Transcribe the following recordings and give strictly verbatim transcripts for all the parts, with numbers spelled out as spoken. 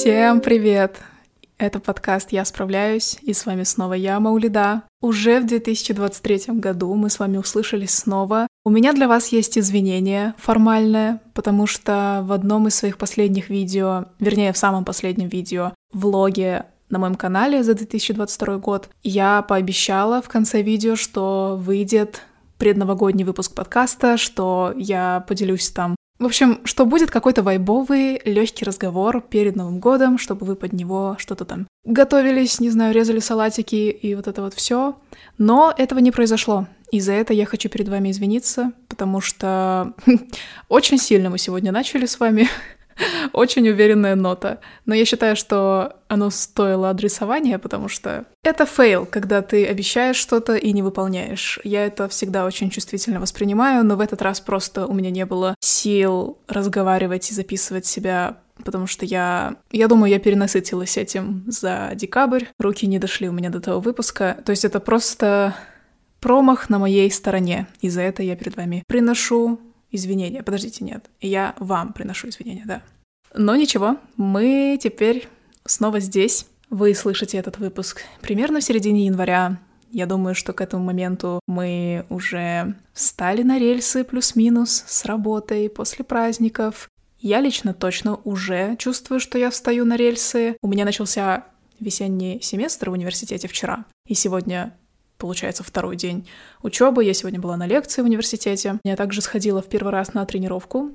Всем привет! Это подкаст «Я справляюсь», и с вами снова я, Маулида. Уже в две тысячи двадцать третьем году мы с вами услышались снова. У меня для вас есть извинение формальное, потому что в одном из своих последних видео, вернее, в самом последнем видео, влоге на моем канале за две тысячи двадцать второй год, я пообещала в конце видео, что выйдет предновогодний выпуск подкаста, что я поделюсь там. В общем, что будет какой-то вайбовый, легкий разговор перед Новым годом, чтобы вы под него что-то там готовились, не знаю, резали салатики и вот это вот все. Но этого не произошло. И за это я хочу перед вами извиниться, потому что очень сильно мы сегодня начали с вами. Очень уверенная нота. Но я считаю, что оно стоило адресования, потому что это фейл, когда ты обещаешь что-то и не выполняешь. Я это всегда очень чувствительно воспринимаю, но в этот раз просто у меня не было сил разговаривать и записывать себя, потому что я... Я думаю, я перенасытилась этим за декабрь. Руки не дошли у меня до того выпуска. То есть это просто промах на моей стороне. И за это я перед вами приношу извинения. Подождите, нет. Я вам приношу извинения, да. Но ничего, мы теперь снова здесь. Вы слышите этот выпуск примерно в середине января. Я думаю, что к этому моменту мы уже встали на рельсы плюс-минус с работой после праздников. Я лично точно уже чувствую, что я встаю на рельсы. У меня начался весенний семестр в университете вчера. И сегодня... Получается, второй день учебы. Я сегодня была на лекции в университете. Я также сходила в первый раз на тренировку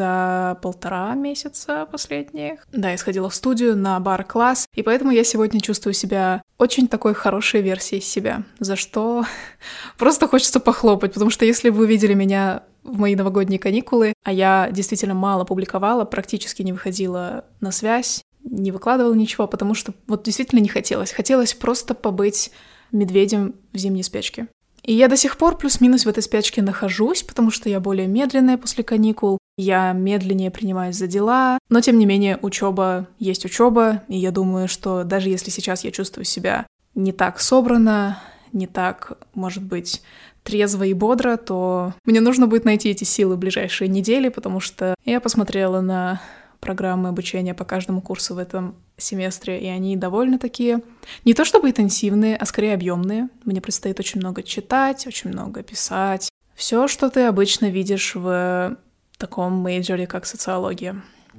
за полтора месяца последних. Да, я сходила в студию на бар-класс, и поэтому я сегодня чувствую себя очень такой хорошей версией себя, за что просто хочется похлопать, потому что если вы видели меня в мои новогодние каникулы, а я действительно мало публиковала, практически не выходила на связь, не выкладывала ничего, потому что вот действительно не хотелось. Хотелось просто побыть медведем в зимней спячке. И я до сих пор плюс-минус в этой спячке нахожусь, потому что я более медленная после каникул, я медленнее принимаюсь за дела, но тем не менее учеба есть учеба, и я думаю, что даже если сейчас я чувствую себя не так собрано, не так, может быть, трезво и бодро, то мне нужно будет найти эти силы в ближайшие недели, потому что я посмотрела на программы обучения по каждому курсу в этом семестре, и они довольно такие, не то чтобы интенсивные, а скорее объемные. Мне предстоит очень много читать, очень много писать. Все, что ты обычно видишь в таком мейджоре, как социология.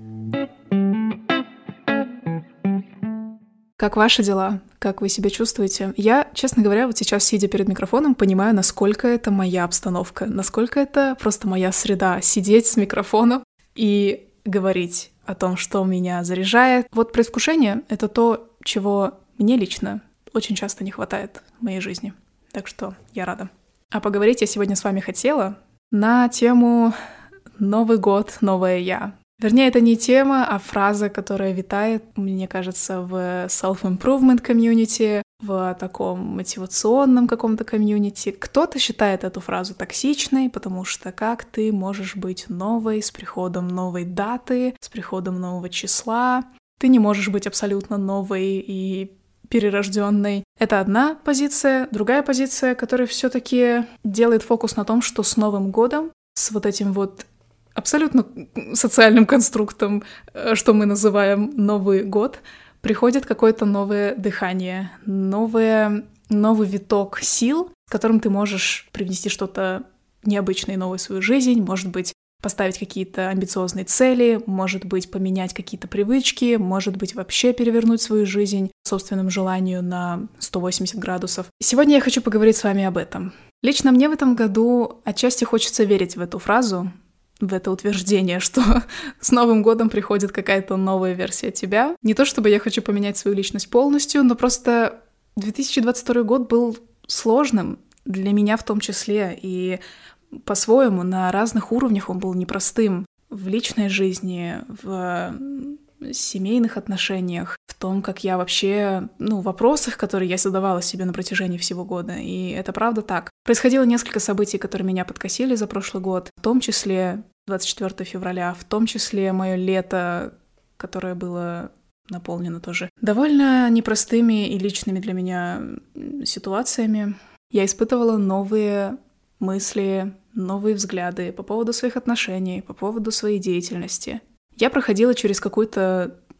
Как ваши дела? Как вы себя чувствуете? Я, честно говоря, вот сейчас, сидя перед микрофоном, понимаю, насколько это моя обстановка, насколько это просто моя среда, сидеть с микрофоном и говорить о том, что меня заряжает. Вот предвкушение — это то, чего мне лично очень часто не хватает в моей жизни. Так что я рада. А поговорить я сегодня с вами хотела на тему «Новый год, новое я». Вернее, это не тема, а фраза, которая витает, мне кажется, в self-improvement комьюнити, в таком мотивационном каком-то комьюнити. Кто-то считает эту фразу токсичной, потому что как ты можешь быть новой с приходом новой даты, с приходом нового числа? Ты не можешь быть абсолютно новой и перерожденной. Это одна позиция. Другая позиция, которая все-таки делает фокус на том, что с Новым годом, с вот этим вот абсолютно социальным конструктом, что мы называем Новый год, приходит какое-то новое дыхание, новое, новый виток сил, с которым ты можешь привнести что-то необычное и новое в свою жизнь, может быть, поставить какие-то амбициозные цели, может быть, поменять какие-то привычки, может быть, вообще перевернуть свою жизнь по собственному желанию на сто восемьдесят градусов. Сегодня я хочу поговорить с вами об этом. Лично мне в этом году отчасти хочется верить в эту фразу, в это утверждение, что с Новым годом приходит какая-то новая версия тебя. Не то чтобы я хочу поменять свою личность полностью, но просто две тысячи двадцать второй год был сложным, для меня в том числе, и по-своему на разных уровнях он был непростым. В личной жизни, в семейных отношениях, в том, как я вообще, ну, в вопросах, которые я задавала себе на протяжении всего года. И это правда так. Происходило несколько событий, которые меня подкосили за прошлый год, в том числе двадцать четвёртого февраля, в том числе мое лето, которое было наполнено тоже довольно непростыми и личными для меня ситуациями. Я испытывала новые мысли, новые взгляды по поводу своих отношений, по поводу своей деятельности. Я проходила через какую-то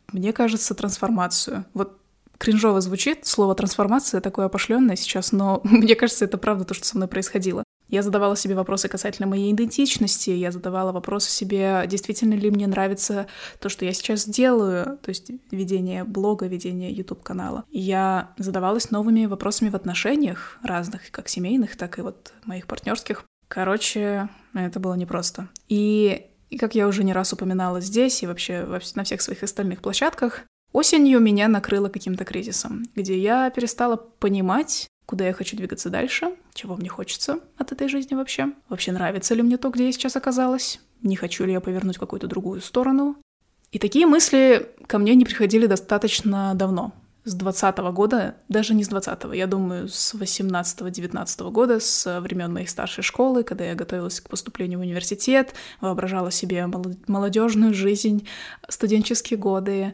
мне кажется, трансформацию. Вот кринжово звучит слово «трансформация», такое опошленное сейчас, но мне кажется, это правда то, что со мной происходило. Я задавала себе вопросы касательно моей идентичности, я задавала вопросы себе, действительно ли мне нравится то, что я сейчас делаю, то есть ведение блога, ведение YouTube-канала. Я задавалась новыми вопросами в отношениях разных, как семейных, так и вот моих партнерских. Короче, это было непросто. И, и как я уже не раз упоминала здесь и вообще на всех своих остальных площадках, осенью меня накрыло каким-то кризисом, где я перестала понимать, куда я хочу двигаться дальше, чего мне хочется от этой жизни вообще. Вообще нравится ли мне то, где я сейчас оказалась? Не хочу ли я повернуть в какую-то другую сторону? И такие мысли ко мне не приходили достаточно давно. С двадцатого года, даже не с двадцатого, я думаю, с восемнадцатого-девятнадцатого года, с времен моей старшей школы, когда я готовилась к поступлению в университет, воображала себе молодежную жизнь, студенческие годы,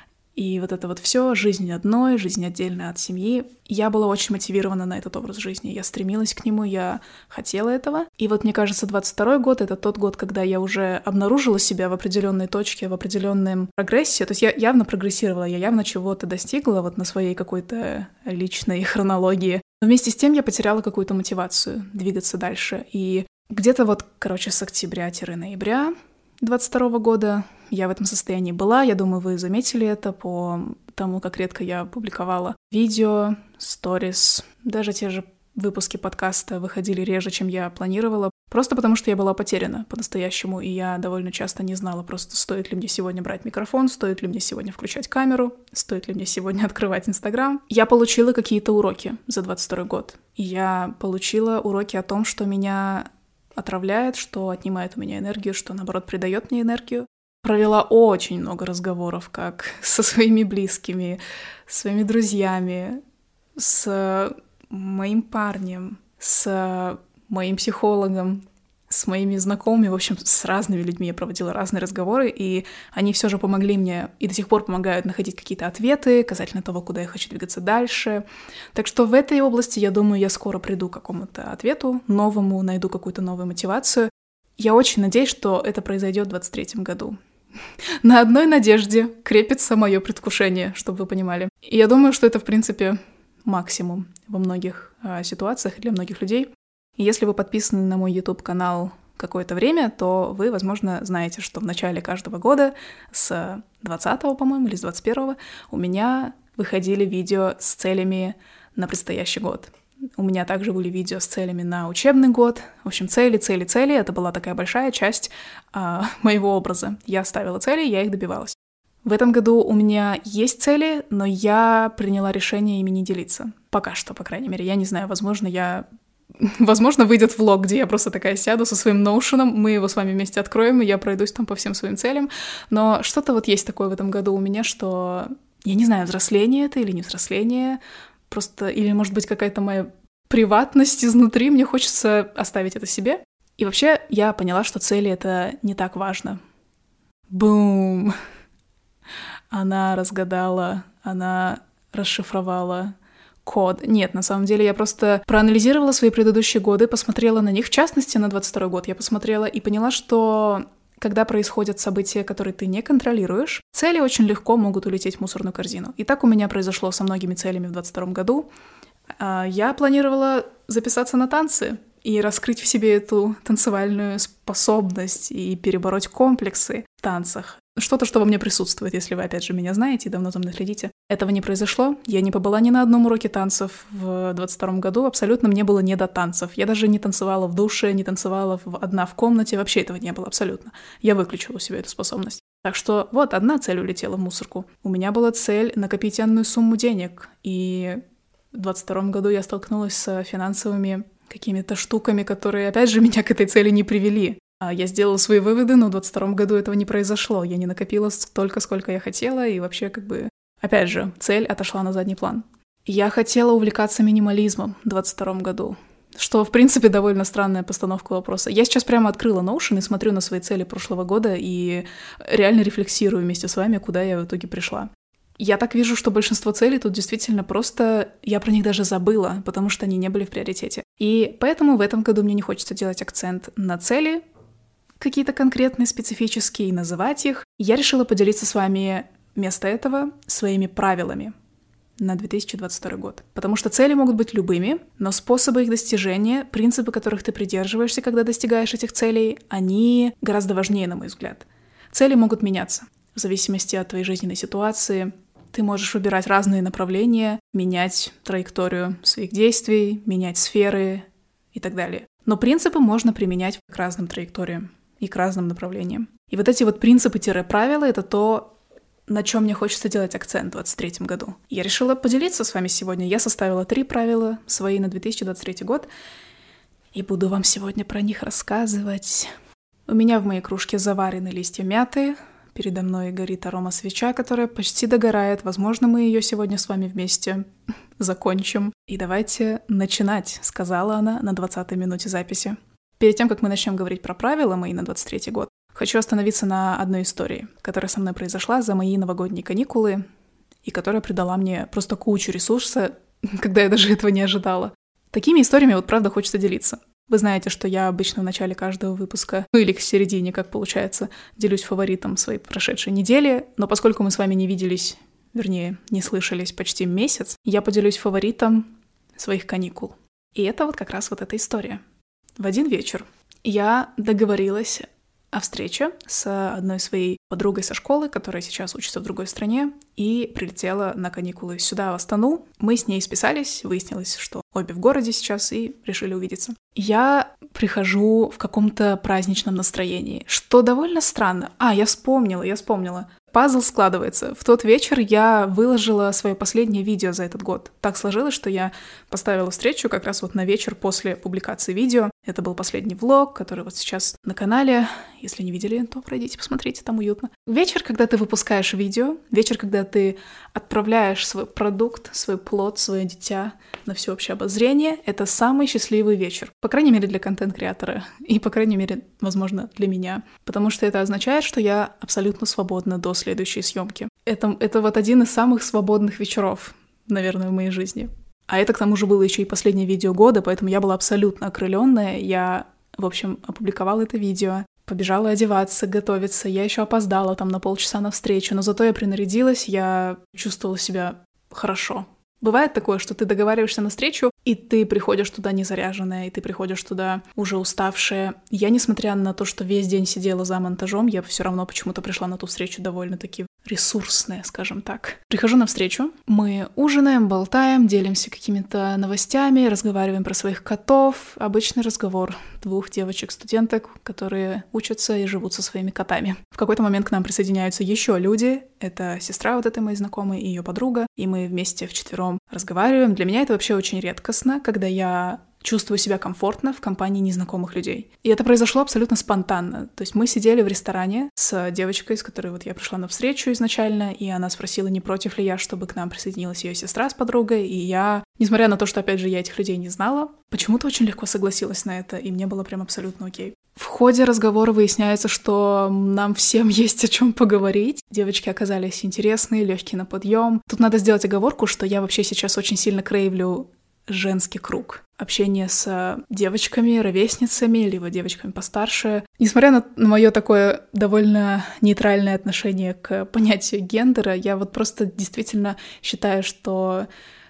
и вот это вот все, жизнь одной, жизнь отдельно от семьи. Я была очень мотивирована на этот образ жизни. Я стремилась к нему, я хотела этого. И вот мне кажется, двадцать второй год — это тот год, когда я уже обнаружила себя в определенной точке, в определенном прогрессе. То есть я явно прогрессировала, я явно чего-то достигла вот на своей какой-то личной хронологии. Но вместе с тем я потеряла какую-то мотивацию двигаться дальше. И где-то вот, короче, с октября-ноября двадцать второго года я в этом состоянии была. Я думаю, вы заметили это по тому, как редко я публиковала видео, сторис. Даже те же выпуски подкаста выходили реже, чем я планировала. Просто потому, что я была потеряна по-настоящему, и я довольно часто не знала просто, стоит ли мне сегодня брать микрофон, стоит ли мне сегодня включать камеру, стоит ли мне сегодня открывать Инстаграм. Я получила какие-то уроки за двадцать второй год. И я получила уроки о том, что меня отравляет, что отнимает у меня энергию, что, наоборот, придает мне энергию. Провела очень много разговоров, как со своими близкими, с своими друзьями, с моим парнем, с моим психологом, с моими знакомыми, в общем, с разными людьми я проводила разные разговоры, и они все же помогли мне и до сих пор помогают находить какие-то ответы касательно того, куда я хочу двигаться дальше. Так что в этой области, я думаю, я скоро приду к какому-то ответу новому, найду какую-то новую мотивацию. Я очень надеюсь, что это произойдет в двадцать третьем году. На одной надежде крепится мое предвкушение, чтобы вы понимали. И я думаю, что это, в принципе, максимум во многих э, ситуациях для многих людей. И если вы подписаны на мой YouTube-канал какое-то время, то вы, возможно, знаете, что в начале каждого года, с двадцатого, по-моему, или с двадцать первого, у меня выходили видео с целями на предстоящий год. У меня также были видео с целями на учебный год. В общем, цели, цели, цели. Это была такая большая часть а, моего образа. Я ставила цели, я их добивалась. В этом году у меня есть цели, но я приняла решение ими не делиться. Пока что, по крайней мере. Я не знаю, возможно, я... Возможно, выйдет влог, где я просто такая сяду со своим ноушеном, мы его с вами вместе откроем, и я пройдусь там по всем своим целям. Но что-то вот есть такое в этом году у меня, что... Я не знаю, взросление это или не взросление... Просто, или, может быть, какая-то моя приватность изнутри, мне хочется оставить это себе. И вообще я поняла, что цели — это не так важно. Бум! Она разгадала, она расшифровала код. Нет, на самом деле я просто проанализировала свои предыдущие годы, посмотрела на них, в частности, на двадцать второй год я посмотрела и поняла, что... Когда происходят события, которые ты не контролируешь, цели очень легко могут улететь в мусорную корзину. И так у меня произошло со многими целями в двадцать втором году. Я планировала записаться на танцы и раскрыть в себе эту танцевальную способность и перебороть комплексы в танцах. Что-то, что во мне присутствует, если вы, опять же, меня знаете и давно за мной следите. Этого не произошло. Я не побыла ни на одном уроке танцев в двадцать втором году. Абсолютно мне было не до танцев. Я даже не танцевала в душе, не танцевала в... одна в комнате. Вообще этого не было абсолютно. Я выключила у себя эту способность. Так что вот, одна цель улетела в мусорку. У меня была цель накопить энную сумму денег. И в двадцать втором году я столкнулась с финансовыми какими-то штуками, которые, опять же, меня к этой цели не привели. Я сделала свои выводы, но в двадцать втором году этого не произошло. Я не накопила столько, сколько я хотела, и вообще как бы... Опять же, цель отошла на задний план. Я хотела увлекаться минимализмом в двадцать втором году, что, в принципе, довольно странная постановка вопроса. Я сейчас прямо открыла Notion и смотрю на свои цели прошлого года и реально рефлексирую вместе с вами, куда я в итоге пришла. Я так вижу, что большинство целей тут действительно просто... Я про них даже забыла, потому что они не были в приоритете. И поэтому в этом году мне не хочется делать акцент на цели, какие-то конкретные, специфические, и называть их. Я решила поделиться с вами вместо этого своими правилами на две тысячи двадцать второй год. Потому что цели могут быть любыми, но способы их достижения, принципы, которых ты придерживаешься, когда достигаешь этих целей, они гораздо важнее, на мой взгляд. Цели могут меняться в зависимости от твоей жизненной ситуации. Ты можешь выбирать разные направления, менять траекторию своих действий, менять сферы и так далее. Но принципы можно применять к разным траекториям и к разным направлениям. И вот эти вот принципы-правила — это то, на чем мне хочется делать акцент в двадцать третьем году. Я решила поделиться с вами сегодня. Я составила три правила свои на две тысячи двадцать третий год, и буду вам сегодня про них рассказывать. У меня в моей кружке заварены листья мяты, передо мной горит арома свеча, которая почти догорает. Возможно, мы ее сегодня с вами вместе закончим. И давайте начинать, сказала она на двадцатой минуте записи. Перед тем, как мы начнем говорить про правила мои на двадцать третий год, хочу остановиться на одной истории, которая со мной произошла за мои новогодние каникулы и которая придала мне просто кучу ресурса, когда я даже этого не ожидала. Такими историями вот правда хочется делиться. Вы знаете, что я обычно в начале каждого выпуска, ну или к середине, как получается, делюсь фаворитом своей прошедшей недели, но поскольку мы с вами не виделись, вернее, не слышались почти месяц, я поделюсь фаворитом своих каникул. И это вот как раз вот эта история. В один вечер я договорилась о встрече с одной своей подругой со школы, которая сейчас учится в другой стране, и прилетела на каникулы сюда, в Астану. Мы с ней списались, выяснилось, что обе в городе сейчас, и решили увидеться. Я прихожу в каком-то праздничном настроении, что довольно странно. А, я вспомнила, я вспомнила. Пазл складывается. В тот вечер я выложила свое последнее видео за этот год. Так сложилось, что я поставила встречу как раз вот на вечер после публикации видео. Это был последний влог, который вот сейчас на канале. Если не видели, то пройдите, посмотрите, там уютно. Вечер, когда ты выпускаешь видео, вечер, когда ты отправляешь свой продукт, свой плод, свое дитя на всеобщее обозрение, это самый счастливый вечер. По крайней мере, для контент-креатора. И, по крайней мере, возможно, для меня. Потому что это означает, что я абсолютно свободна до следующей съемки. Это, это вот один из самых свободных вечеров, наверное, в моей жизни. А это, к тому же, было еще и последнее видео года, поэтому я была абсолютно окрыленная. Я, в общем, опубликовала это видео, побежала одеваться, готовиться. Я еще опоздала там на полчаса на встречу, но зато я принарядилась, я чувствовала себя хорошо. Бывает такое, что ты договариваешься на встречу, и ты приходишь туда не заряженная, и ты приходишь туда уже уставшая. Я, несмотря на то, что весь день сидела за монтажом, я все равно почему-то пришла на ту встречу довольно-таки ресурсная, скажем так. Прихожу на встречу, мы ужинаем, болтаем, делимся какими-то новостями, разговариваем про своих котов. Обычный разговор двух девочек-студенток, которые учатся и живут со своими котами. В какой-то момент к нам присоединяются еще люди. Это сестра вот этой моей знакомой и ее подруга, и мы вместе вчетвером разговариваем. Для меня это вообще очень редкостно, когда я чувствую себя комфортно в компании незнакомых людей. И это произошло абсолютно спонтанно. То есть мы сидели в ресторане с девочкой, с которой вот я пришла на встречу изначально, и она спросила, не против ли я, чтобы к нам присоединилась ее сестра с подругой, и я, несмотря на то, что, опять же, я этих людей не знала, почему-то очень легко согласилась на это, и мне было прям абсолютно окей. В ходе разговора выясняется, что нам всем есть о чем поговорить. Девочки оказались интересные, легкие на подъем. Тут надо сделать оговорку, что я вообще сейчас очень сильно крейвлю женский круг. Общение с девочками, ровесницами, либо девочками постарше. Несмотря на, на мое такое довольно нейтральное отношение к понятию гендера, я вот просто действительно считаю, что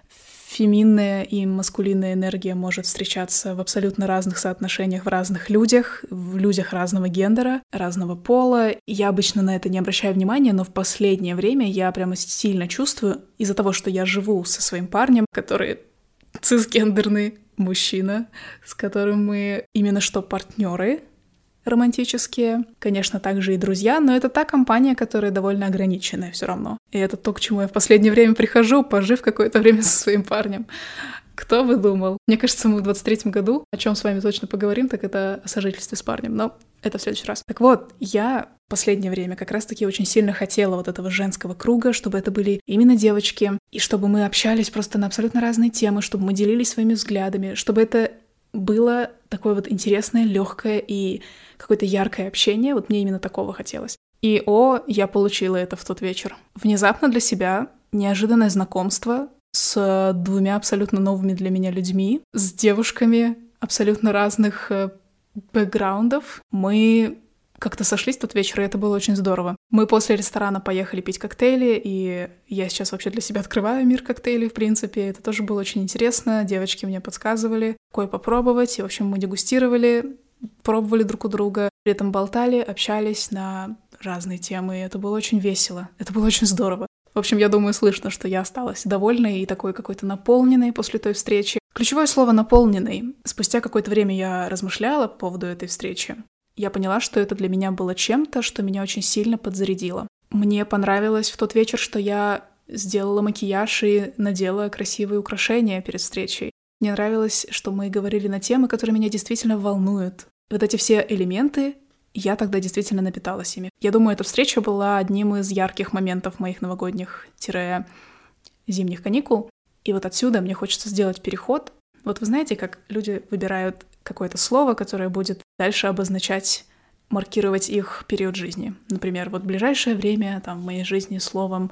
феминная и маскулинная энергия может встречаться в абсолютно разных соотношениях в разных людях, в людях разного гендера, разного пола. Я обычно на это не обращаю внимания, но в последнее время я прямо сильно чувствую, из-за того, что я живу со своим парнем, который цисгендерный мужчина, с которым мы именно что партнеры романтические, конечно, также и друзья, но это та компания, которая довольно ограниченная все равно. И это то, к чему я в последнее время прихожу, пожив какое-то время со своим парнем. Кто бы думал? Мне кажется, мы в двадцать третьем году, о чем с вами точно поговорим, так это о сожительстве с парнем, но это в следующий раз. Так вот, я в последнее время как раз-таки очень сильно хотела вот этого женского круга, чтобы это были именно девочки, и чтобы мы общались просто на абсолютно разные темы, чтобы мы делились своими взглядами, чтобы это было такое вот интересное, легкое и какое-то яркое общение. Вот мне именно такого хотелось. И, о, я получила это в тот вечер. Внезапно для себя неожиданное знакомство с двумя абсолютно новыми для меня людьми, с девушками абсолютно разных бэкграундов. Мы как-то сошлись тот вечер, и это было очень здорово. Мы после ресторана поехали пить коктейли, и я сейчас вообще для себя открываю мир коктейлей, в принципе. Это тоже было очень интересно. Девочки мне подсказывали, какой попробовать. И, в общем, мы дегустировали, пробовали друг у друга, при этом болтали, общались на разные темы. И это было очень весело. Это было очень здорово. В общем, я думаю, слышно, что я осталась довольной и такой какой-то наполненной после той встречи. Ключевое слово «наполненный». Спустя какое-то время я размышляла по поводу этой встречи. Я поняла, что это для меня было чем-то, что меня очень сильно подзарядило. Мне понравилось в тот вечер, что я сделала макияж и надела красивые украшения перед встречей. Мне нравилось, что мы говорили на темы, которые меня действительно волнуют. Вот эти все элементы, я тогда действительно напиталась ими. Я думаю, эта встреча была одним из ярких моментов моих новогодних-зимних каникул. И вот отсюда мне хочется сделать переход. Вот вы знаете, как люди выбирают какое-то слово, которое будет дальше обозначать, маркировать их период жизни. Например, вот в ближайшее время там, в моей жизни словом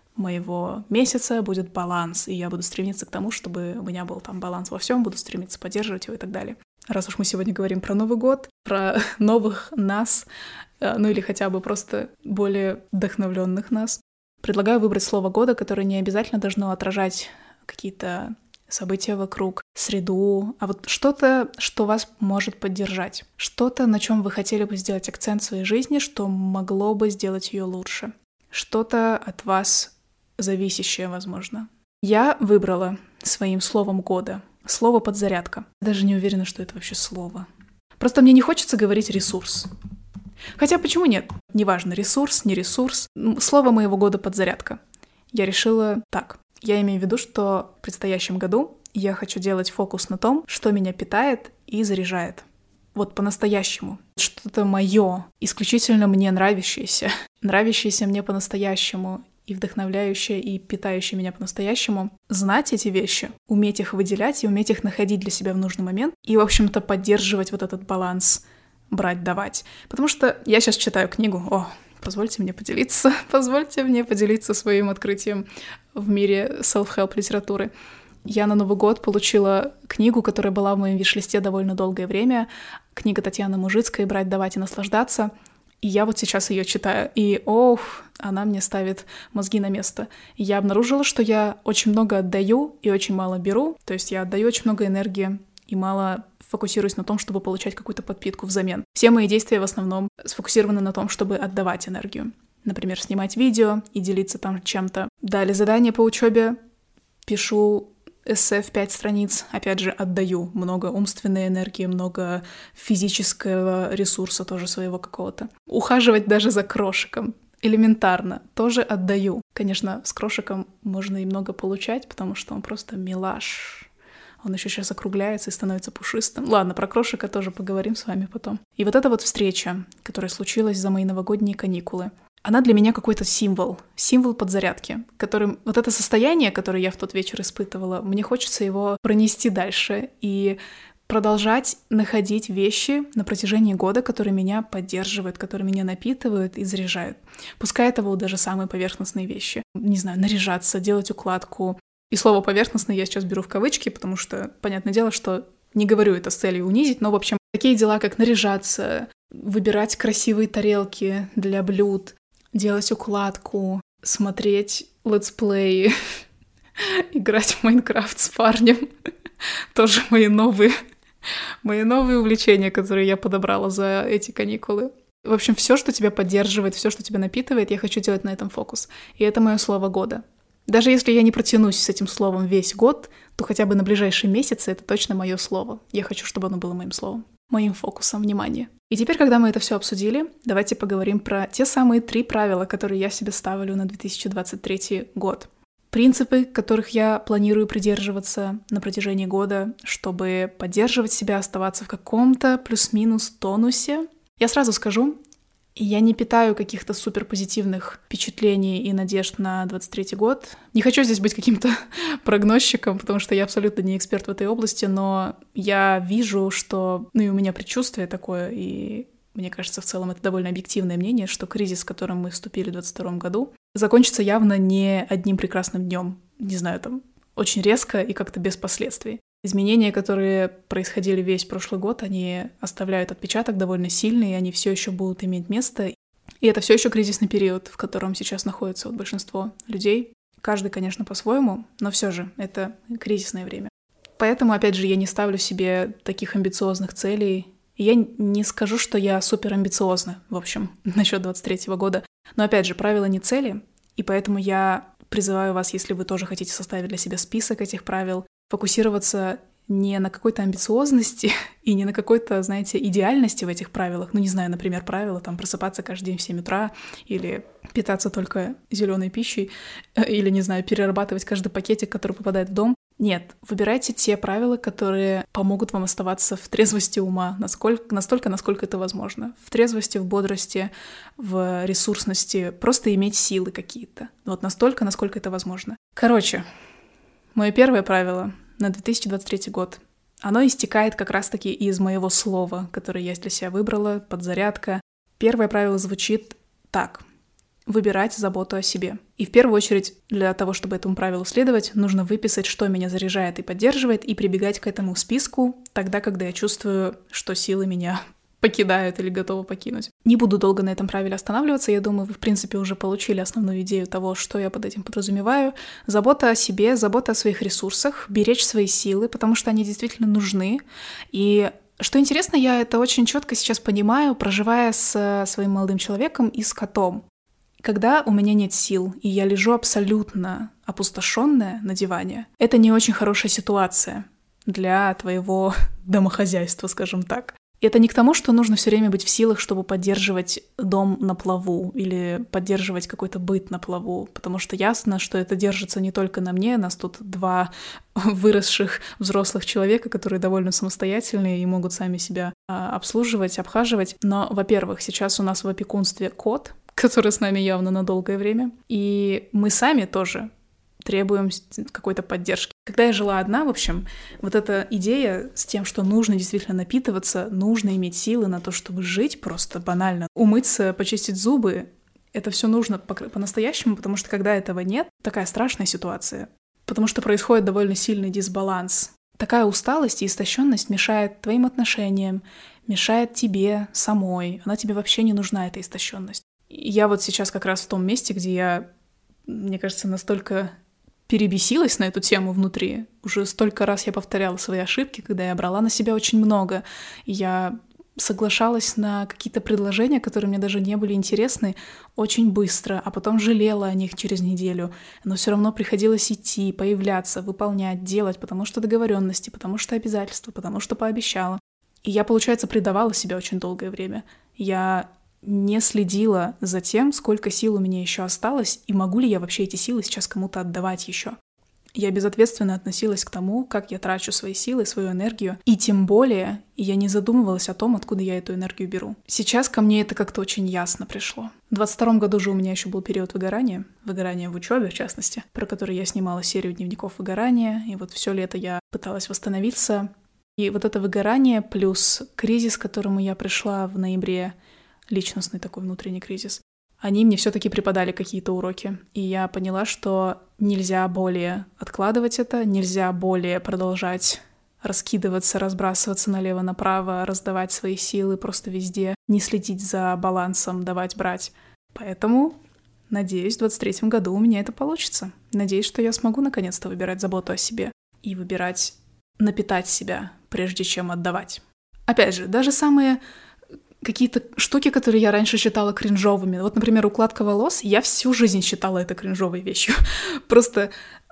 моего месяца будет баланс, и я буду стремиться к тому, чтобы у меня был там баланс во всем, буду стремиться поддерживать его и так далее. Раз уж мы сегодня говорим про Новый год, про новых нас, ну или хотя бы просто более вдохновленных нас, предлагаю выбрать слово года, которое не обязательно должно отражать какие-то события вокруг, среду, а вот что-то, что вас может поддержать, что-то, на чем вы хотели бы сделать акцент в своей жизни, что могло бы сделать ее лучше, что-то от вас зависящее, возможно. Я выбрала своим словом года слово «подзарядка». Даже не уверена, что это вообще слово. Просто мне не хочется говорить «ресурс». Хотя почему нет? Неважно, ресурс, не ресурс. Слово моего года «подзарядка». Я решила так. Я имею в виду, что в предстоящем году я хочу делать фокус на том, что меня питает и заряжает. Вот по-настоящему. Что-то мое, исключительно мне нравящееся. Нравящееся мне по-настоящему и вдохновляющее, и питающее меня по-настоящему. Знать эти вещи, уметь их выделять и уметь их находить для себя в нужный момент. И, в общем-то, поддерживать вот этот баланс брать-давать. Потому что я сейчас читаю книгу. О, позвольте мне поделиться. Позвольте мне поделиться своим открытием в мире self-help литературы. Я на Новый год получила книгу, которая была в моем виш-листе довольно долгое время. Книга Татьяны Мужицкой «Брать, давать и наслаждаться». И я вот сейчас ее читаю, и, ох, она мне ставит мозги на место. И я обнаружила, что я очень много отдаю и очень мало беру. То есть я отдаю очень много энергии и мало фокусируюсь на том, чтобы получать какую-то подпитку взамен. Все мои действия в основном сфокусированы на том, чтобы отдавать энергию. Например, снимать видео и делиться там чем-то. Дали задание по учебе, пишу эссе в пять страниц, опять же, отдаю много умственной энергии, много физического ресурса тоже своего какого-то. Ухаживать даже за крошиком. Элементарно. Тоже отдаю. Конечно, с крошиком можно и много получать, потому что он просто милаш. Он еще сейчас округляется и становится пушистым. Ладно, про крошика тоже поговорим с вами потом. И вот эта вот встреча, которая случилась за мои новогодние каникулы, она для меня какой-то символ, символ подзарядки, которым вот это состояние, которое я в тот вечер испытывала, мне хочется его пронести дальше и продолжать находить вещи на протяжении года, которые меня поддерживают, которые меня напитывают и заряжают. Пускай это будут даже самые поверхностные вещи. Не знаю, наряжаться, делать укладку. И слово «поверхностный» я сейчас беру в кавычки, потому что, понятное дело, что не говорю это с целью унизить, но, в общем, такие дела, как наряжаться, выбирать красивые тарелки для блюд, делать укладку, смотреть летсплеи, играть в Майнкрафт с парнем. Тоже мои новые, мои новые увлечения, которые я подобрала за эти каникулы. В общем, все, что тебя поддерживает, все, что тебя напитывает, я хочу делать на этом фокус. И это мое слово года. Даже если я не протянусь с этим словом весь год, то хотя бы на ближайшие месяцы это точно мое слово. Я хочу, чтобы оно было моим словом, моим фокусом внимания. И теперь, когда мы это все обсудили, давайте поговорим про те самые три правила, которые я себе ставлю на две тысячи двадцать третий год. Принципы, которых я планирую придерживаться на протяжении года, чтобы поддерживать себя, оставаться в каком-то плюс-минус тонусе. Я сразу скажу, я не питаю каких-то суперпозитивных впечатлений и надежд на двадцать третий год. Не хочу здесь быть каким-то прогнозчиком, потому что я абсолютно не эксперт в этой области, но я вижу, что... Ну и у меня предчувствие такое, и мне кажется, в целом это довольно объективное мнение, что кризис, в котором мы вступили в двадцать втором году, закончится явно не одним прекрасным днем. Не знаю, там, очень резко и как-то без последствий. Изменения, которые происходили весь прошлый год, они оставляют отпечаток довольно сильный, и они все еще будут иметь место. И это все еще кризисный период, в котором сейчас находится вот большинство людей. Каждый, конечно, по-своему, но все же это кризисное время. Поэтому, опять же, я не ставлю себе таких амбициозных целей. Я не скажу, что я суперамбициозна, в общем, насчет двадцать третьего года. Но, опять же, правила не цели, и поэтому я призываю вас, если вы тоже хотите составить для себя список этих правил, фокусироваться не на какой-то амбициозности и не на какой-то, знаете, идеальности в этих правилах. Ну, не знаю, например, правило там просыпаться каждый день в семь утра или питаться только зеленой пищей или, не знаю, перерабатывать каждый пакетик, который попадает в дом. Нет, выбирайте те правила, которые помогут вам оставаться в трезвости ума, насколько, настолько, насколько это возможно. В трезвости, в бодрости, в ресурсности, просто иметь силы какие-то. Вот настолько, насколько это возможно. Короче, мое первое правило на две тысячи двадцать третий год. Оно истекает как раз-таки из моего слова, которое я для себя выбрала, подзарядка. Первое правило звучит так. Выбирать заботу о себе. И в первую очередь, для того, чтобы этому правилу следовать, нужно выписать, что меня заряжает и поддерживает, и прибегать к этому списку тогда, когда я чувствую, что силы меня покидают или готовы покинуть. Не буду долго на этом правиле останавливаться, я думаю, вы, в принципе, уже получили основную идею того, что я под этим подразумеваю. Забота о себе, забота о своих ресурсах, беречь свои силы, потому что они действительно нужны. И что интересно, я это очень четко сейчас понимаю, проживая с своим молодым человеком и с котом. Когда у меня нет сил, и я лежу абсолютно опустошенная на диване, это не очень хорошая ситуация для твоего домохозяйства, скажем так. И это не к тому, что нужно все время быть в силах, чтобы поддерживать дом на плаву или поддерживать какой-то быт на плаву, потому что ясно, что это держится не только на мне, нас тут два выросших взрослых человека, которые довольно самостоятельные и могут сами себя а, обслуживать, обхаживать. Но, во-первых, сейчас у нас в опекунстве кот, который с нами явно на долгое время, и мы сами тоже требуем какой-то поддержки. Когда я жила одна, в общем, вот эта идея с тем, что нужно действительно напитываться, нужно иметь силы на то, чтобы жить просто банально, умыться, почистить зубы, это все нужно по-настоящему, потому что когда этого нет, такая страшная ситуация, потому что происходит довольно сильный дисбаланс. Такая усталость и истощенность мешает твоим отношениям, мешает тебе самой, она тебе вообще не нужна, эта истощенность. Я вот сейчас как раз в том месте, где я, мне кажется, настолько перебесилась на эту тему внутри. Уже столько раз я повторяла свои ошибки, когда я брала на себя очень много. Я соглашалась на какие-то предложения, которые мне даже не были интересны, очень быстро, а потом жалела о них через неделю. Но все равно приходилось идти, появляться, выполнять, делать, потому что договоренности, потому что обязательства, потому что пообещала. И я, получается, предавала себя очень долгое время. Я не следила за тем, сколько сил у меня еще осталось, и могу ли я вообще эти силы сейчас кому-то отдавать еще. Я безответственно относилась к тому, как я трачу свои силы, свою энергию, и тем более я не задумывалась о том, откуда я эту энергию беру. Сейчас ко мне это как-то очень ясно пришло. В двадцать втором году же у меня еще был период выгорания, выгорания в учебе, в частности, про который я снимала серию дневников выгорания, и вот все лето я пыталась восстановиться. И вот это выгорание плюс кризис, к которому я пришла в ноябре, личностный такой внутренний кризис, они мне все-таки преподали какие-то уроки. И я поняла, что нельзя более откладывать это, нельзя более продолжать раскидываться, разбрасываться налево-направо, раздавать свои силы просто везде, не следить за балансом, давать, брать. Поэтому, надеюсь, в двадцать третьем году у меня это получится. Надеюсь, что я смогу наконец-то выбирать заботу о себе и выбирать напитать себя, прежде чем отдавать. Опять же, даже самые какие-то штуки, которые я раньше считала кринжовыми. Вот, например, укладка волос. Я всю жизнь считала это кринжовой вещью. Просто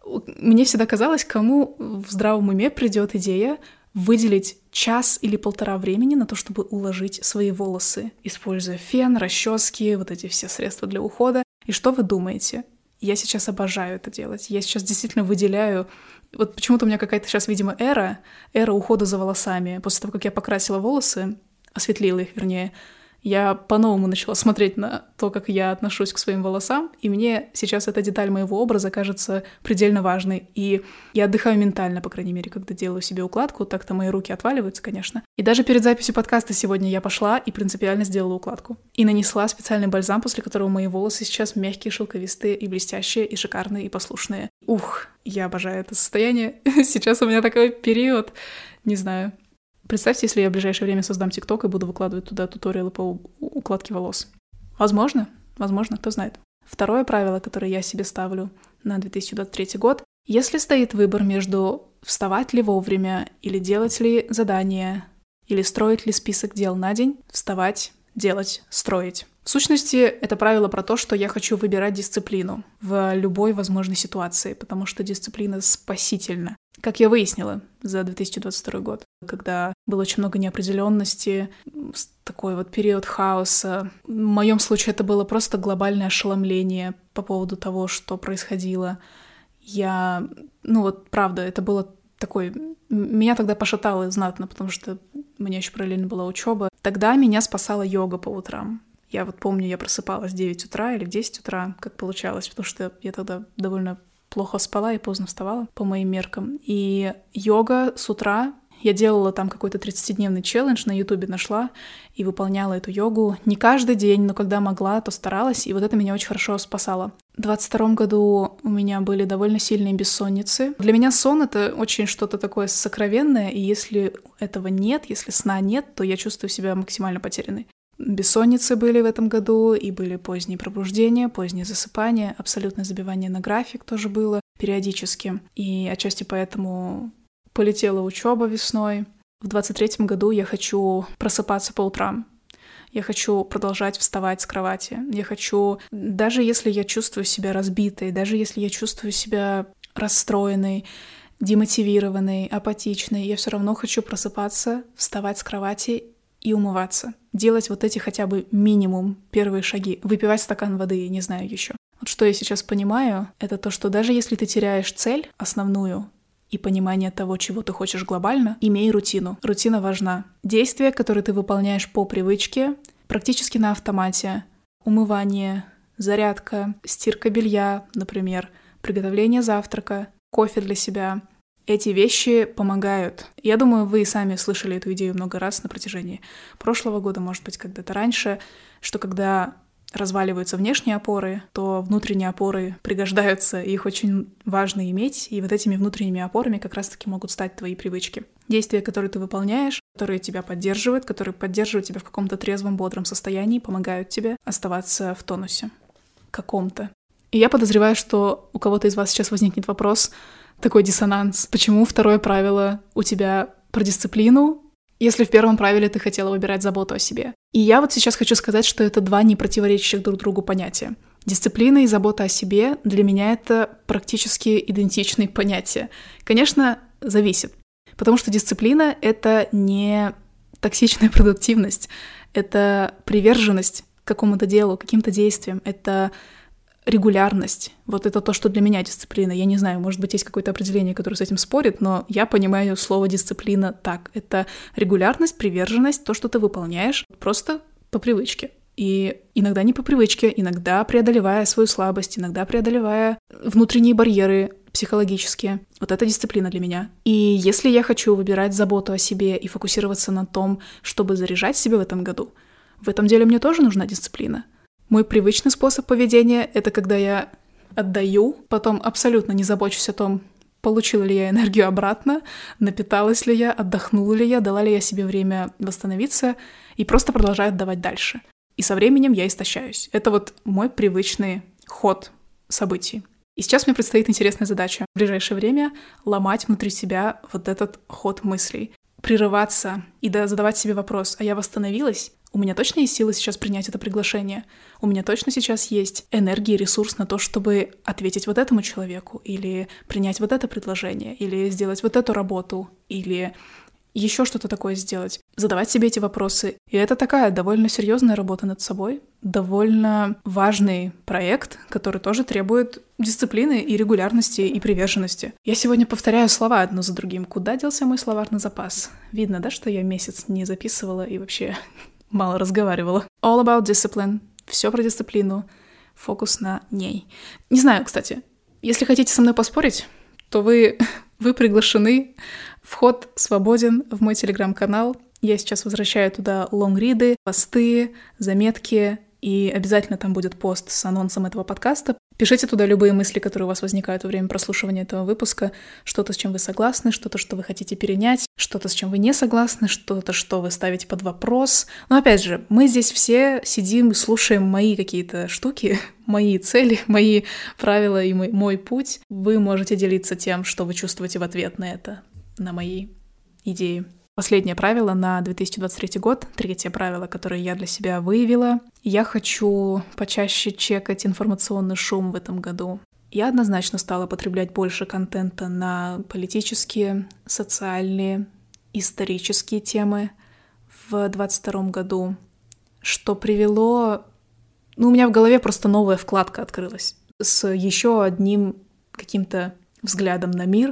мне всегда казалось, кому в здравом уме придет идея выделить час или полтора времени на то, чтобы уложить свои волосы, используя фен, расчески, вот эти все средства для ухода. И что вы думаете? Я сейчас обожаю это делать. Я сейчас действительно выделяю... Вот почему-то у меня какая-то сейчас, видимо, эра, эра ухода за волосами. После того, как я покрасила волосы, осветлила их, вернее, Я по-новому начала смотреть на то, как я отношусь к своим волосам, и мне сейчас эта деталь моего образа кажется предельно важной. И я отдыхаю ментально, по крайней мере, когда делаю себе укладку. Так-то мои руки отваливаются, конечно. И даже перед записью подкаста сегодня я пошла и принципиально сделала укладку. И нанесла специальный бальзам, после которого мои волосы сейчас мягкие, шелковистые и блестящие, и шикарные, и послушные. Ух, я обожаю это состояние. Сейчас у меня такой период. Не знаю. Представьте, если я в ближайшее время создам ТикТок и буду выкладывать туда туториалы по у- укладке волос. Возможно, возможно, кто знает. Второе правило, которое я себе ставлю на две тысячи двадцать третий год. Если стоит выбор между вставать ли вовремя, или делать ли задания, или строить ли список дел на день, вставать, делать, строить. В сущности, это правило про то, что я хочу выбирать дисциплину в любой возможной ситуации, потому что дисциплина спасительна. Как я выяснила за две тысячи двадцать второй год, когда было очень много неопределенности, такой вот период хаоса. В моем случае это было просто глобальное ошеломление по поводу того, что происходило. Я, ну вот правда, это было такой... Меня тогда пошатало знатно, потому что у меня еще параллельно была учеба. Тогда меня спасала йога по утрам. Я вот помню, я просыпалась в девять утра или в десять утра, как получалось, потому что я тогда довольно плохо спала и поздно вставала, по моим меркам. И йога с утра, я делала там какой-то тридцатидневный челлендж, на Ютубе нашла и выполняла эту йогу. Не каждый день, но когда могла, то старалась, и вот это меня очень хорошо спасало. В двадцать втором году у меня были довольно сильные бессонницы. Для меня сон — это очень что-то такое сокровенное, и если этого нет, если сна нет, то я чувствую себя максимально потерянной. Бессонницы были в этом году, и были поздние пробуждения, позднее засыпание, абсолютное забивание на график тоже было периодически. И отчасти поэтому полетела учеба весной. В двадцать третьем году я хочу просыпаться по утрам. Я хочу продолжать вставать с кровати. Я хочу, даже если я чувствую себя разбитой, даже если я чувствую себя расстроенной, демотивированной, апатичной, я все равно хочу просыпаться, вставать с кровати и умываться. Делать вот эти хотя бы минимум первые шаги. Выпивать стакан воды, не знаю еще. Вот что я сейчас понимаю, это то, что даже если ты теряешь цель основную и понимание того, чего ты хочешь глобально, имей рутину. Рутина важна. Действия, которые ты выполняешь по привычке, практически на автомате. Умывание, зарядка, стирка белья, например, приготовление завтрака, кофе для себя. Эти вещи помогают. Я думаю, вы сами слышали эту идею много раз на протяжении прошлого года, может быть, когда-то раньше, что когда разваливаются внешние опоры, то внутренние опоры пригождаются, и их очень важно иметь, и вот этими внутренними опорами как раз-таки могут стать твои привычки. Действия, которые ты выполняешь, которые тебя поддерживают, которые поддерживают тебя в каком-то трезвом, бодром состоянии, помогают тебе оставаться в тонусе каком-то. И я подозреваю, что у кого-то из вас сейчас возникнет вопрос, такой диссонанс. Почему второе правило у тебя про дисциплину, если в первом правиле ты хотела выбирать заботу о себе? И я вот сейчас хочу сказать, что это два не противоречащих друг другу понятия. Дисциплина и забота о себе для меня это практически идентичные понятия. Конечно, зависит. Потому что дисциплина — это не токсичная продуктивность, это приверженность к какому-то делу, каким-то действиям, это регулярность. Вот это то, что для меня дисциплина. Я не знаю, может быть, есть какое-то определение, которое с этим спорит, но я понимаю слово дисциплина так. Это регулярность, приверженность, то, что ты выполняешь просто по привычке. И иногда не по привычке, иногда преодолевая свою слабость, иногда преодолевая внутренние барьеры психологические. Вот это дисциплина для меня. И если я хочу выбирать заботу о себе и фокусироваться на том, чтобы заряжать себя в этом году, в этом деле мне тоже нужна дисциплина. Мой привычный способ поведения — это когда я отдаю, потом абсолютно не забочусь о том, получила ли я энергию обратно, напиталась ли я, отдохнула ли я, дала ли я себе время восстановиться, и просто продолжаю отдавать дальше. И со временем я истощаюсь. Это вот мой привычный ход событий. И сейчас мне предстоит интересная задача. В ближайшее время ломать внутри себя вот этот ход мыслей. Прерываться и да, задавать себе вопрос: а я восстановилась? У меня точно есть силы сейчас принять это приглашение? У меня точно сейчас есть энергия и ресурс на то, чтобы ответить вот этому человеку, или принять вот это предложение, или сделать вот эту работу, или еще что-то такое сделать? Задавать себе эти вопросы. И это такая довольно серьезная работа над собой, довольно важный проект, который тоже требует дисциплины и регулярности и приверженности. Я сегодня повторяю слова одно за другим. Куда делся мой словарный запас? Видно, да, что я месяц не записывала и вообще мало разговаривала. All about discipline. Все про дисциплину. Фокус на ней. Не знаю, кстати, если хотите со мной поспорить, то вы, вы приглашены. Вход свободен в мой телеграм-канал. Я сейчас возвращаю туда лонгриды, посты, заметки, и обязательно там будет пост с анонсом этого подкаста. Пишите туда любые мысли, которые у вас возникают во время прослушивания этого выпуска, что-то, с чем вы согласны, что-то, что вы хотите перенять, что-то, с чем вы не согласны, что-то, что вы ставите под вопрос. Но опять же, мы здесь все сидим и слушаем мои какие-то штуки, мои цели, мои правила и мой, мой путь. Вы можете делиться тем, что вы чувствуете в ответ на это, на мои идеи. Последнее правило на две тысячи двадцать третий год, третье правило, которое я для себя выявила. Я хочу почаще чекать информационный шум в этом году. Я однозначно стала потреблять больше контента на политические, социальные, исторические темы в двадцать втором году, что привело... Ну, у меня в голове просто новая вкладка открылась с еще одним каким-то взглядом на мир,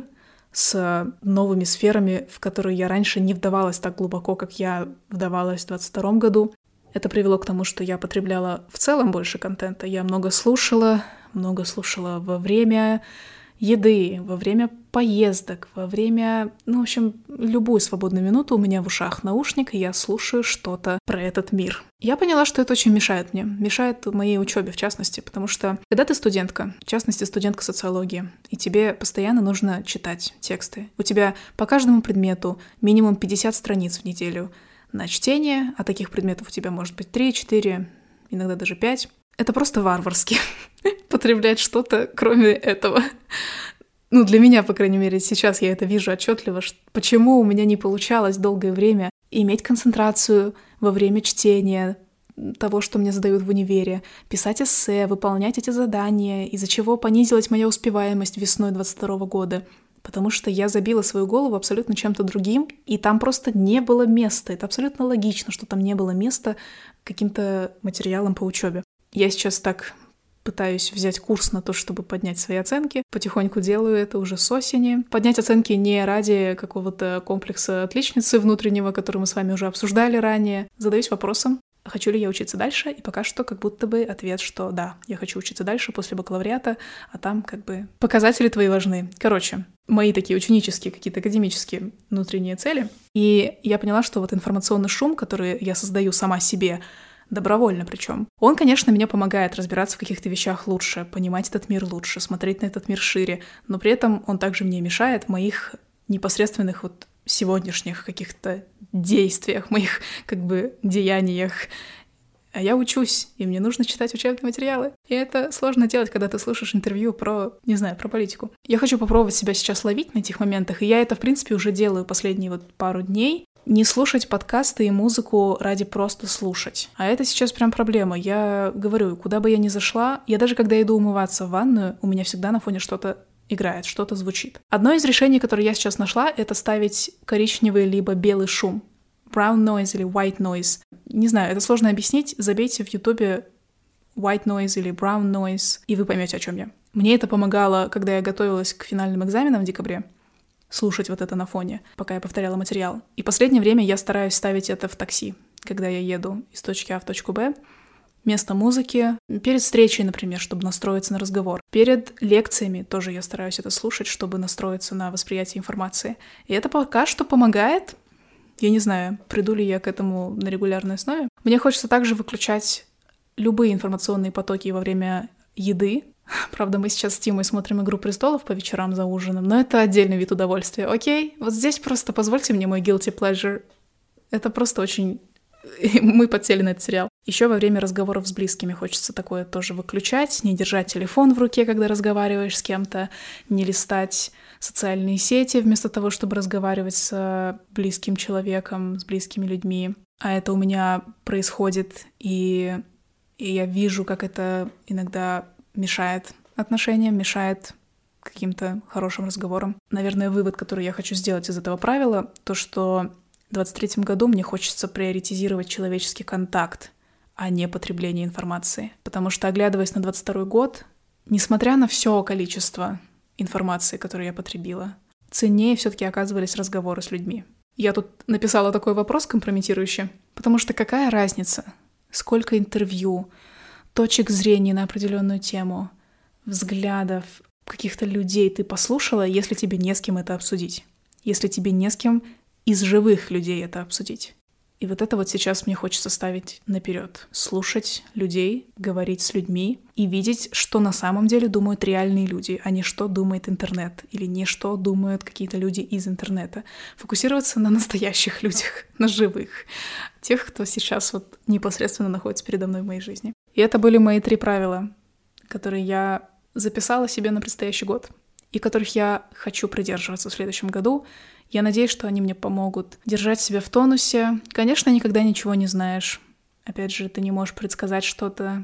с новыми сферами, в которые я раньше не вдавалась так глубоко, как я вдавалась в двадцать втором году. Это привело к тому, что я потребляла в целом больше контента. Я много слушала, много слушала во время еды, во время поездок, во время... Ну, в общем, любую свободную минуту у меня в ушах наушник, и я слушаю что-то про этот мир. Я поняла, что это очень мешает мне, мешает моей учебе, в частности, потому что когда ты студентка, в частности, студентка социологии, и тебе постоянно нужно читать тексты, у тебя по каждому предмету минимум пятьдесят страниц в неделю на чтение, а таких предметов у тебя может быть три, четыре, иногда даже пять. Это просто варварски потреблять что-то, кроме этого. Ну, для меня, по крайней мере, сейчас я это вижу отчетливо, почему у меня не получалось долгое время иметь концентрацию во время чтения того, что мне задают в универе, писать эссе, выполнять эти задания, из-за чего понизилась моя успеваемость весной двадцать второго года. Потому что я забила свою голову абсолютно чем-то другим, и там просто не было места. Это абсолютно логично, что там не было места каким-то материалам по учебе. Я сейчас так пытаюсь взять курс на то, чтобы поднять свои оценки. Потихоньку делаю это уже с осени. Поднять оценки не ради какого-то комплекса отличницы внутреннего, который мы с вами уже обсуждали ранее. Задаюсь вопросом, хочу ли я учиться дальше, и пока что как будто бы ответ, что да, я хочу учиться дальше после бакалавриата, а там как бы показатели твои важны. Короче, мои такие ученические, какие-то академические внутренние цели. И я поняла, что вот информационный шум, который я создаю сама себе, добровольно причем. Он, конечно, мне помогает разбираться в каких-то вещах лучше, понимать этот мир лучше, смотреть на этот мир шире, но при этом он также мне мешает в моих непосредственных вот сегодняшних каких-то действиях, моих как бы деяниях. А я учусь, и мне нужно читать учебные материалы. И это сложно делать, когда ты слушаешь интервью про, не знаю, про политику. Я хочу попробовать себя сейчас ловить на этих моментах, и я это, в принципе, уже делаю последние вот пару дней. Не слушать подкасты и музыку ради просто слушать. А это сейчас прям проблема. Я говорю, куда бы я ни зашла, я даже когда иду умываться в ванную, у меня всегда на фоне что-то играет, что-то звучит. Одно из решений, которое я сейчас нашла, это ставить коричневый либо белый шум. Brown noise или white noise. Не знаю, это сложно объяснить. Забейте в ютубе white noise или brown noise, и вы поймете, о чем я. Мне это помогало, когда я готовилась к финальным экзаменам в декабре, слушать вот это на фоне, пока я повторяла материал. И последнее время я стараюсь ставить это в такси, когда я еду из точки А в точку Б, вместо музыки, перед встречей, например, чтобы настроиться на разговор. Перед лекциями тоже я стараюсь это слушать, чтобы настроиться на восприятие информации. И это пока что помогает. Я не знаю, приду ли я к этому на регулярной основе. Мне хочется также выключать любые информационные потоки во время еды. Правда, мы сейчас с Тимой смотрим «Игру престолов» по вечерам за ужином, но это отдельный вид удовольствия. Окей, вот здесь просто позвольте мне мой guilty pleasure. Это просто очень... Мы подсели на этот сериал. Еще во время разговоров с близкими хочется такое тоже выключать, не держать телефон в руке, когда разговариваешь с кем-то, не листать социальные сети вместо того, чтобы разговаривать с близким человеком, с близкими людьми. А это у меня происходит, и, и я вижу, как это иногда мешает отношениям, мешает каким-то хорошим разговорам. Наверное, вывод, который я хочу сделать из этого правила, то, что в двадцать третьем году мне хочется приоритизировать человеческий контакт, а не потребление информации. Потому что, оглядываясь на двадцать второй год, несмотря на все количество информации, которую я потребила, ценнее все-таки оказывались разговоры с людьми. Я тут написала такой вопрос компрометирующий, потому что какая разница, сколько интервью, точек зрения на определенную тему, взглядов каких-то людей ты послушала, если тебе не с кем это обсудить, если тебе не с кем из живых людей это обсудить. И вот это вот сейчас мне хочется ставить наперед. Слушать людей, говорить с людьми и видеть, что на самом деле думают реальные люди, а не что думает интернет или не что думают какие-то люди из интернета. Фокусироваться на настоящих людях, на живых. Тех, кто сейчас вот непосредственно находится передо мной в моей жизни. И это были мои три правила, которые я записала себе на предстоящий год и которых я хочу придерживаться в следующем году. Я надеюсь, что они мне помогут держать себя в тонусе. Конечно, никогда ничего не знаешь. Опять же, ты не можешь предсказать что-то.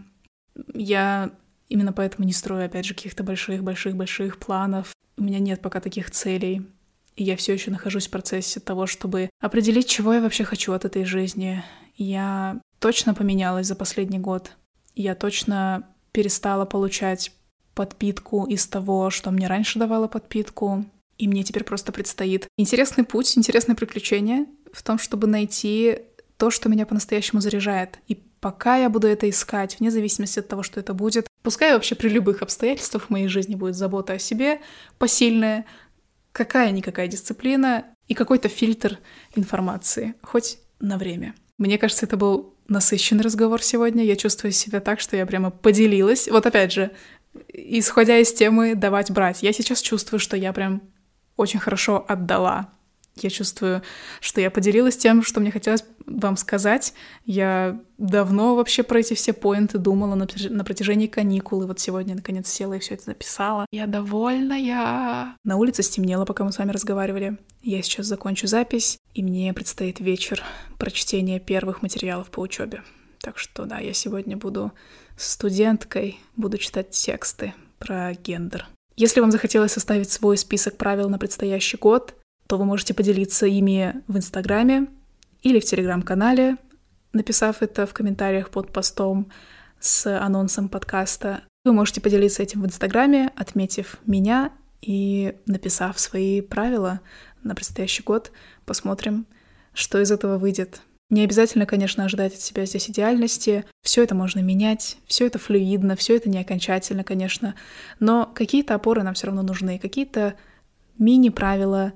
Я именно поэтому не строю, опять же, каких-то больших-больших-больших планов. У меня нет пока таких целей. И я все еще нахожусь в процессе того, чтобы определить, чего я вообще хочу от этой жизни. Я точно поменялась за последний год. Я точно перестала получать подпитку из того, что мне раньше давало подпитку. И мне теперь просто предстоит интересный путь, интересное приключение в том, чтобы найти то, что меня по-настоящему заряжает. И пока я буду это искать, вне зависимости от того, что это будет, пускай вообще при любых обстоятельствах в моей жизни будет забота о себе посильная, какая-никакая дисциплина и какой-то фильтр информации, хоть на время. Мне кажется, это был насыщенный разговор сегодня. Я чувствую себя так, что я прямо поделилась. Вот опять же, исходя из темы «давать-брать», я сейчас чувствую, что я прям очень хорошо отдала. Я чувствую, что я поделилась тем, что мне хотелось вам сказать. Я давно вообще про эти все поинты думала на, на протяжении каникул, и вот сегодня наконец села и все это записала. Я довольная. На улице стемнело, пока мы с вами разговаривали. Я сейчас закончу запись, и мне предстоит вечер прочтения первых материалов по учебе. Так что да, я сегодня буду студенткой, буду читать тексты про гендер. Если вам захотелось составить свой список правил на предстоящий год, то вы можете поделиться ими в Инстаграме или в Телеграм-канале, написав это в комментариях под постом с анонсом подкаста. Вы можете поделиться этим в Инстаграме, отметив меня и написав свои правила на предстоящий год. Посмотрим, что из этого выйдет. Не обязательно, конечно, ожидать от себя здесь идеальности. Все это можно менять, все это флюидно, все это не окончательно, конечно. Но какие-то опоры нам все равно нужны, какие-то мини-правила,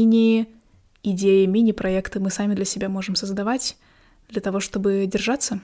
мини-идеи, мини-проекты мы сами для себя можем создавать для того, чтобы держаться.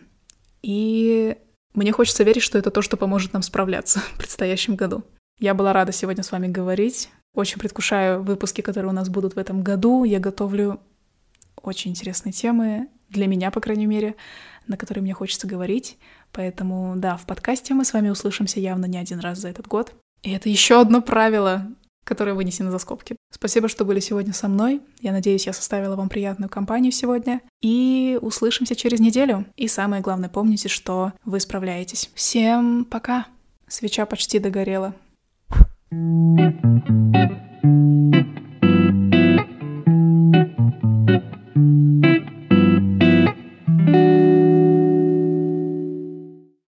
И мне хочется верить, что это то, что поможет нам справляться в предстоящем году. Я была рада сегодня с вами говорить. Очень предвкушаю выпуски, которые у нас будут в этом году. Я готовлю очень интересные темы, для меня, по крайней мере, на которые мне хочется говорить. Поэтому, да, в подкасте мы с вами услышимся явно не один раз за этот год. И это еще одно правило, которое вынесено за скобки. Спасибо, что были сегодня со мной. Я надеюсь, я составила вам приятную компанию сегодня. И услышимся через неделю. И самое главное, помните, что вы справляетесь. Всем пока! Свеча почти догорела. Thank you.